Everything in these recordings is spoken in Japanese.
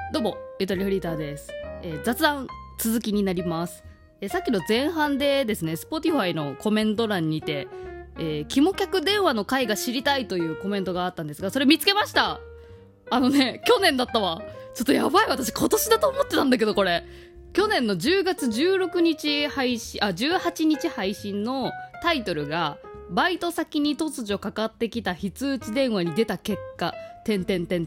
どうもゆとりフリーターです。雑談続きになります。さっきの前半でですね Spotify のコメント欄にて、肝客電話の回が知りたいというコメントがあったんですが、それ見つけました。去年だったわ。ちょっとやばい、私今年だと思ってたんだけど、これ去年の10月16日配信18日配信のタイトルがバイト先に突如かかってきた非通知電話に出た結果米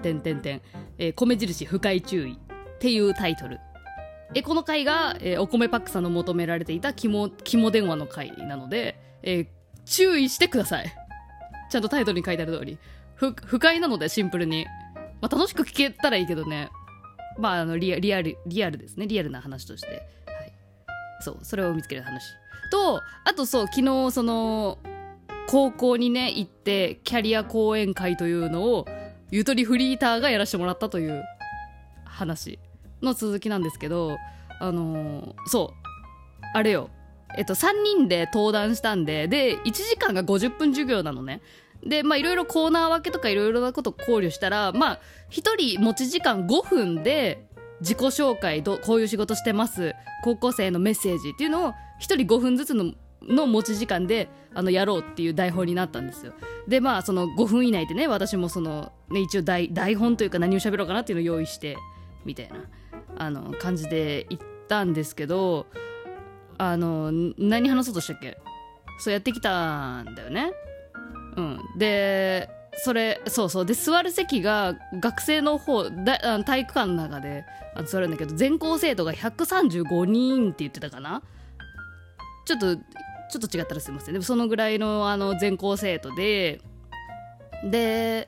印深い注意っていうタイトル。この回が、お米パックさんの求められていた肝電話の回なので、注意してください。ちゃんとタイトルに書いてある通り不快なので、シンプルに、楽しく聞けたらいいけどね、リアルですね。リアルな話として、はい、それを見つける話と、あと昨日その高校にね行ってキャリア講演会というのをゆとりフリーターがやらせてもらったという話の続きなんですけど、あれよ、3人で登壇したんで、1時間が50分授業なのね。でいろいろコーナー分けとかいろいろなことを考慮したら、1人持ち時間5分で自己紹介、こういう仕事してます、高校生のメッセージっていうのを1人5分ずつの持ち時間でやろうっていう台本になったんですよ。でその5分以内でね、私も一応台本というか何を喋ろうかなっていうのを用意してみたいな感じで行ったんですけど、何話そうとしたっけ。そうやってきたんだよね。でで座る席が学生の方体育館の中で座るんだけど、全校生徒が135人って言ってたかな。ちょっと違ったらすいません。でもそのぐらいの全校生徒でね、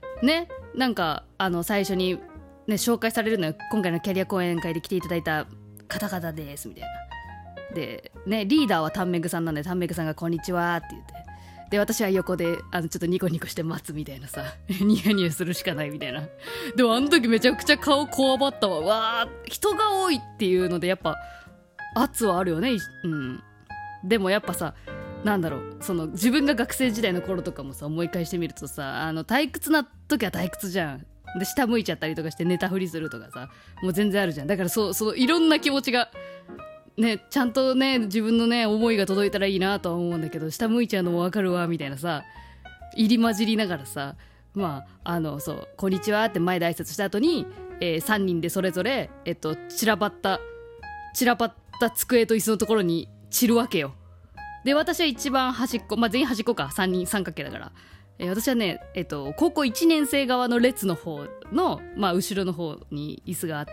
最初にね紹介されるのよ。今回のキャリア講演会で来ていただいた方々ですみたいな。でね、リーダーはタンメグさんなんで、タンメグさんがこんにちはって言って、で私は横でちょっとニコニコして待つみたいなさニヤニヤするしかないみたいな。でも時めちゃくちゃ顔こわばったわ。わー、人が多いっていうのでやっぱ圧はあるよね。でもやっぱさ、自分が学生時代の頃とかもさ思い返してみるとさ、退屈な時は退屈じゃん。で下向いちゃったりとかして寝たふりするとかさ、もう全然あるじゃん。だからいろんな気持ちがね、ちゃんとね自分のね思いが届いたらいいなとは思うんだけど、下向いちゃうのもわかるわみたいなさ、入り混じりながらさ、こんにちはって前で挨拶した後に、3人でそれぞれ、散らばった机と椅子のところに散るわけよ。で私は一番端っこ、全員端っこか、3人三角形だから、私はね、高校1年生側の列の方の、後ろの方に椅子があって、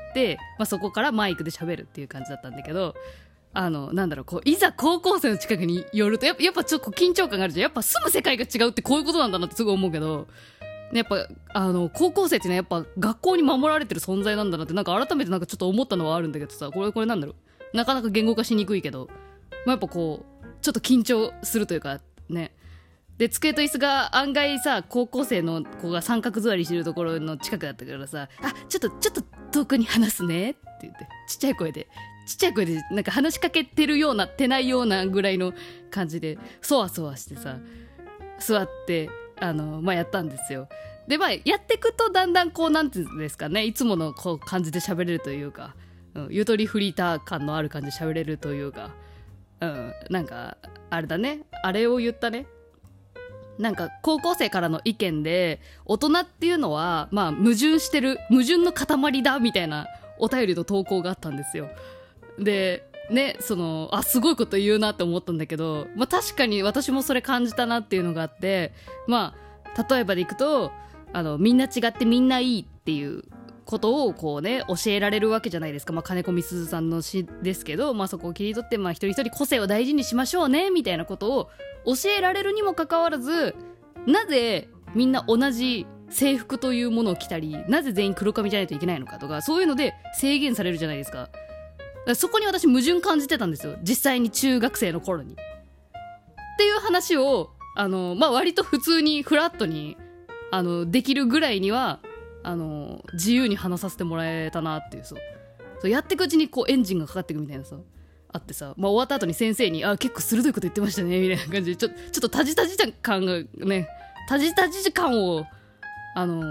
そこからマイクで喋るっていう感じだったんだけど、いざ高校生の近くに寄るとやっぱちょっと緊張感があるじゃん。やっぱ住む世界が違うってこういうことなんだなってすごい思うけど、やっぱ高校生ってね、やっぱ学校に守られてる存在なんだなって改めてちょっと思ったのはあるんだけどさ、これなかなか言語化しにくいけど、やっぱちょっと緊張するというかね。で机と椅子が案外さ、高校生の子が三角座りしてるところの近くだったからさ、ちょっと遠くに話すねって言って、ちっちゃい声で話しかけてるようなってないようなぐらいの感じでそわそわしてさ座ってやったんですよ。でやってくとだんだんなんていうんですかね、いつもの感じで喋れるというか、ゆとりフリーター感のある感じで喋れるというか、あれだね、あれを言ったね。高校生からの意見で、大人っていうのは矛盾の塊だみたいなお便りの投稿があったんですよ。でね、すごいこと言うなって思ったんだけど、確かに私もそれ感じたなっていうのがあって、例えばでいくとみんな違ってみんないいっていうことを教えられるわけじゃないですか。金子みすずさんの詩ですけど、そこを切り取って、一人一人個性を大事にしましょうねみたいなことを教えられるにもかかわらず、なぜみんな同じ制服というものを着たり、なぜ全員黒髪じゃないといけないのかとか、そういうので制限されるじゃないですか。だからそこに私矛盾感じてたんですよ、実際に中学生の頃にっていう話を割と普通にフラットにできるぐらいには自由に話させてもらえたなっていう。そうやっていくうちにエンジンがかかっていくみたいなさあってさ、終わった後に先生に結構鋭いこと言ってましたねみたいな感じで、ちょっとタジタジ感がね、タジタジ感を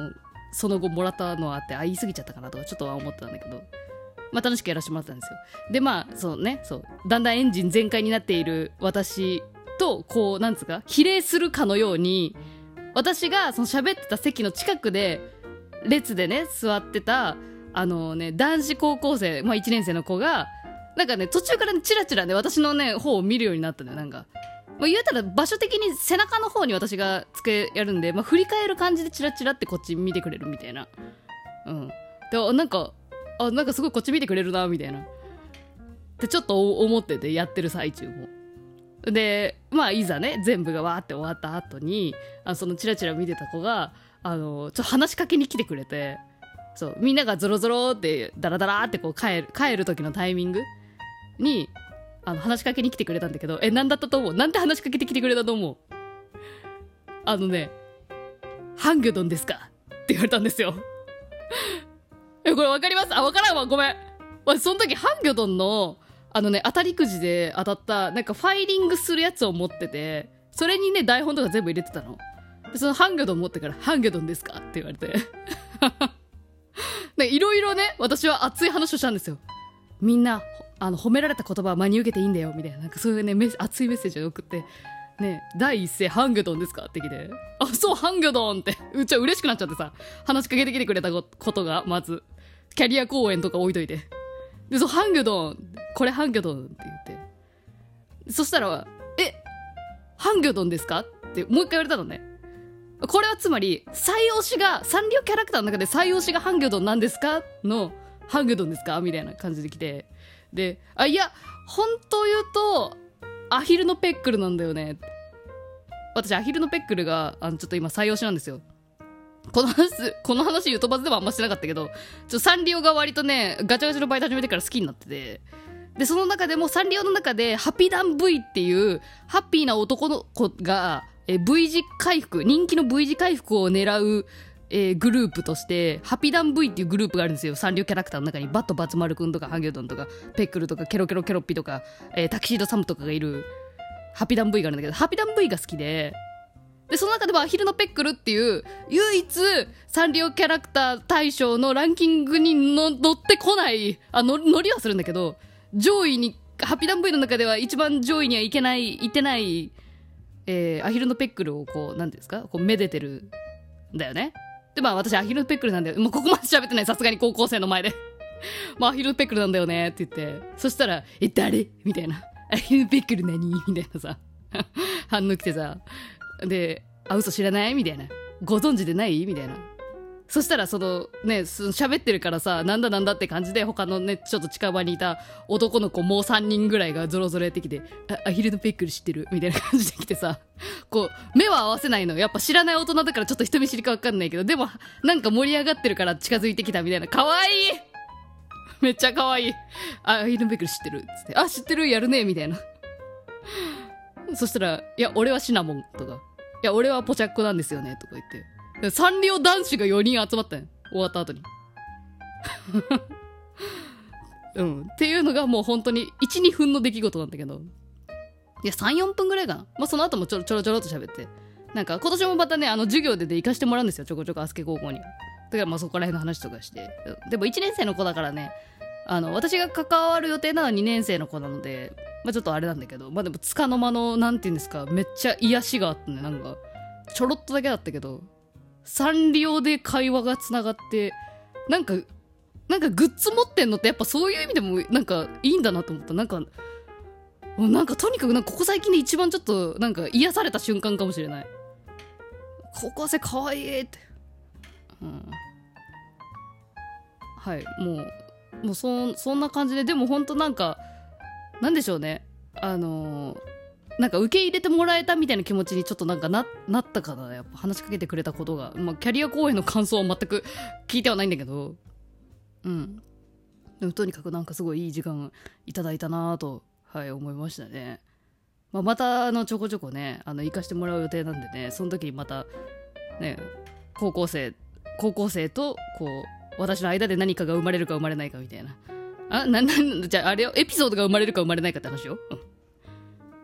その後もらったのはあって、言い過ぎちゃったかなとかちょっとは思ったんだけど、楽しくやらせてもらったんですよ。でそうね、だんだんエンジン全開になっている私とこうなんつうか比例するかのように、私がその喋ってた席の近くで列でね座ってた男子高校生、1年生の子がなんかね途中からチラチラね私のね方を見るようになったのよ。なんか、言うたら場所的に背中の方に私がつけやるんで、振り返る感じでチラチラってこっち見てくれるみたいな。でなんかすごいこっち見てくれるなみたいなってちょっと思ってて、やってる最中も。でいざね全部がわーって終わった後にそのチラチラ見てた子がちょっと話しかけに来てくれて、みんながゾロゾロってダラダラってこう帰る時のタイミングに話しかけに来てくれたんだけど、何だったと思う？なんて話しかけてきてくれたと思う？ハンギョドンですかって言われたんですよ。これ分かります？分からんわ、ごめん。その時ハンギョドンの当たりくじで当たったなんかファイリングするやつを持ってて、それにね台本とか全部入れてたので、そのハンギョドン持ってからハンギョドンですかって言われていろいろね私は熱い話をしたんですよ。みんな褒められた言葉は真に受けていいんだよみたいな、なんかそういうね熱いメッセージを送ってね、第一声ハンギョドンですかって来て、そうハンギョドンってうちは嬉しくなっちゃってさ、話しかけてきてくれたことがまずキャリア公演とか置いといて、でハンギョドン、これハンギョドンって言って、そしたらハンギョドンですかってもう一回言われたのね。これはつまり採用しがサンリオキャラクターの中で採用しがハンギョドンなんですかのハンギョドンですかみたいな感じで来て、でいや本当言うとアヒルのペックルなんだよね。私アヒルのペックルがちょっと今採用しなんですよ。この話ゆとばずでもあんましてなかったけど、サンリオが割とねガチャガチャのバイト始めてから好きになってて、でその中でもサンリオの中でハピダン V っていうハッピーな男の子がV 字回復、人気の V 字回復を狙う、グループとしてハピダン V っていうグループがあるんですよ。サンリオキャラクターの中にバットバツマルくんとかハンギョドンとかペックルとかケロケロケロッピとか、タキシードサムとかがいるハピダン V があるんだけど、ハピダン V が好きで、その中でもアヒルのペックルっていう唯一サンリオキャラクター大賞のランキングに乗ってこない乗りはするんだけど、上位にハピダン V の中では一番上位には行ってないアヒルのペックルをこうなんていうんですか、こうめでてるんだよね。で私アヒルのペックルなんだよ、もうここまで喋ってない、さすがに高校生の前でアヒルのペックルなんだよねって言って、そしたら誰みたいな、アヒルのペックル何みたいなさ反応来てさ、で嘘知らないみたいな、ご存知でないみたいな。そしたら喋ってるからさ、なんだって感じで他のねちょっと近場にいた男の子もう3人ぐらいがゾロゾロやってきて、アヒルのペックル知ってるみたいな感じで来てさ、こう目は合わせないの、やっぱ知らない大人だからちょっと人見知りか分かんないけど、でもなんか盛り上がってるから近づいてきたみたいな。かわいいめっちゃかわいい。アヒルのペックル知ってるっつって、知ってるやるねみたいな。そしたらいや俺はシナモンとか、いや俺はポチャッコなんですよねとか言って、サンリオ男子が4人集まったんよ、終わった後にっていうのがもう本当に 1,2 分の出来事なんだけど、いや 3,4 分ぐらいかな。その後もちょろちょろと喋って、なんか今年もまたね授業で行かしてもらうんですよ、ちょこちょこアスケ高校に。だからそこら辺の話とかして、でも1年生の子だからね、私が関わる予定なのは2年生の子なので、ちょっとあれなんだけど、でもつかの間のなんていうんですか、めっちゃ癒しがあったね。なんかちょろっとだけだったけど、サンリオで会話がつながって、なんかグッズ持ってんのってやっぱそういう意味でもなんかいいんだなと思った。なんかとにかくここ最近で一番ちょっとなんか癒された瞬間かもしれない。高校生かわいいって、はい、もうそんな感じで、でもほんとなんかなんでしょうね、なんか受け入れてもらえたみたいな気持ちにちょっとなんか なったかな、やっぱ話しかけてくれたことが。キャリア公演の感想は全く聞いてはないんだけど、でもとにかくなんかすごいいい時間いただいたなと、思いましたね。またちょこちょこね行かしてもらう予定なんでね、その時にまたね高校生とこう私の間で何かが生まれるか生まれないかみたいな、じゃああれよ、エピソードが生まれるか生まれないかって話よ。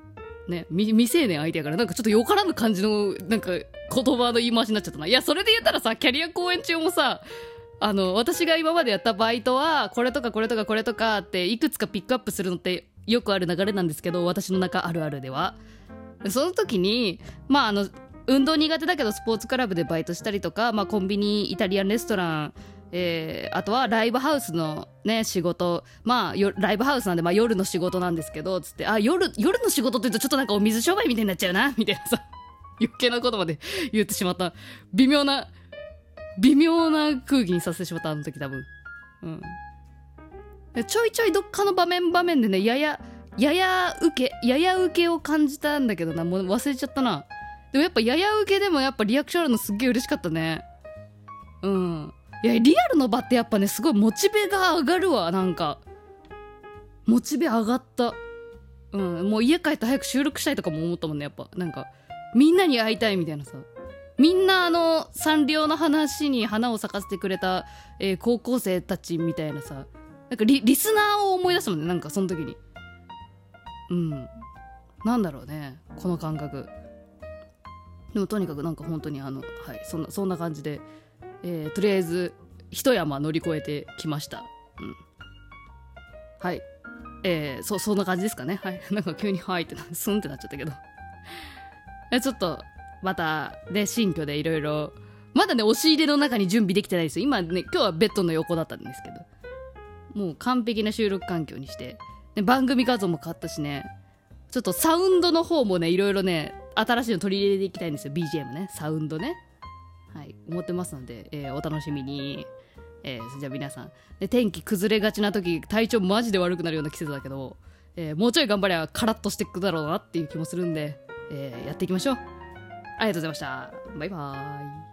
ね、未成年相手やから、なんかちょっとよからぬ感じの、なんか言葉の言い回しになっちゃったな。いや、それで言ったらさ、キャリア公演中もさ、私が今までやったバイトは、これとかこれとかこれとかって、いくつかピックアップするのってよくある流れなんですけど、私の中あるあるでは。その時に、まあ運動苦手だけどスポーツクラブでバイトしたりとか、まあコンビニ、イタリアンレストラン、あとはライブハウスのね、仕事。まあ、ライブハウスなんで、まあ夜の仕事なんですけど、つって、夜の仕事って言うとちょっとなんかお水商売みたいになっちゃうな、みたいなさ、余計なことまで言ってしまった。微妙な空気にさせてしまった、あの時多分。うん。ちょいちょいどっかの場面でね、やや受けを感じたんだけどな、もう忘れちゃったな。でもやっぱやや受けでもやっぱリアクションあるのすっげえ嬉しかったね。うん。いや、リアルの場ってやっぱね、すごいモチベが上がるわ、なんか。モチベ上がった。うん。もう家帰って早く収録したいとかも思ったもんね、やっぱ。なんか、みんなに会いたいみたいなさ。みんなサンリオの話に花を咲かせてくれた、高校生たちみたいなさ。なんかリスナーを思い出したもんね、なんかその時に。うん。なんだろうね、この感覚。でもとにかくなんか本当にはい、そんな感じで、とりあえず一山乗り越えてきました。うん。はい。そんな感じですかね。はい。なんか急にはいってスンってなっちゃったけど。ちょっと、またね、新居でいろいろ、まだね、押し入れの中に準備できてないですよ。今ね、今日はベッドの横だったんですけど。もう完璧な収録環境にして。で、番組画像も変わったしね。ちょっとサウンドの方もね、いろいろね、新しいの取り入れていきたいんですよ。BGM ね。サウンドね。はい。思ってますので、お楽しみに。じゃあ皆さん。で、天気崩れがちな時、体調マジで悪くなるような季節だけど、もうちょい頑張りゃカラッとしていくだろうなっていう気もするんで、やっていきましょう。ありがとうございました。バイバーイ。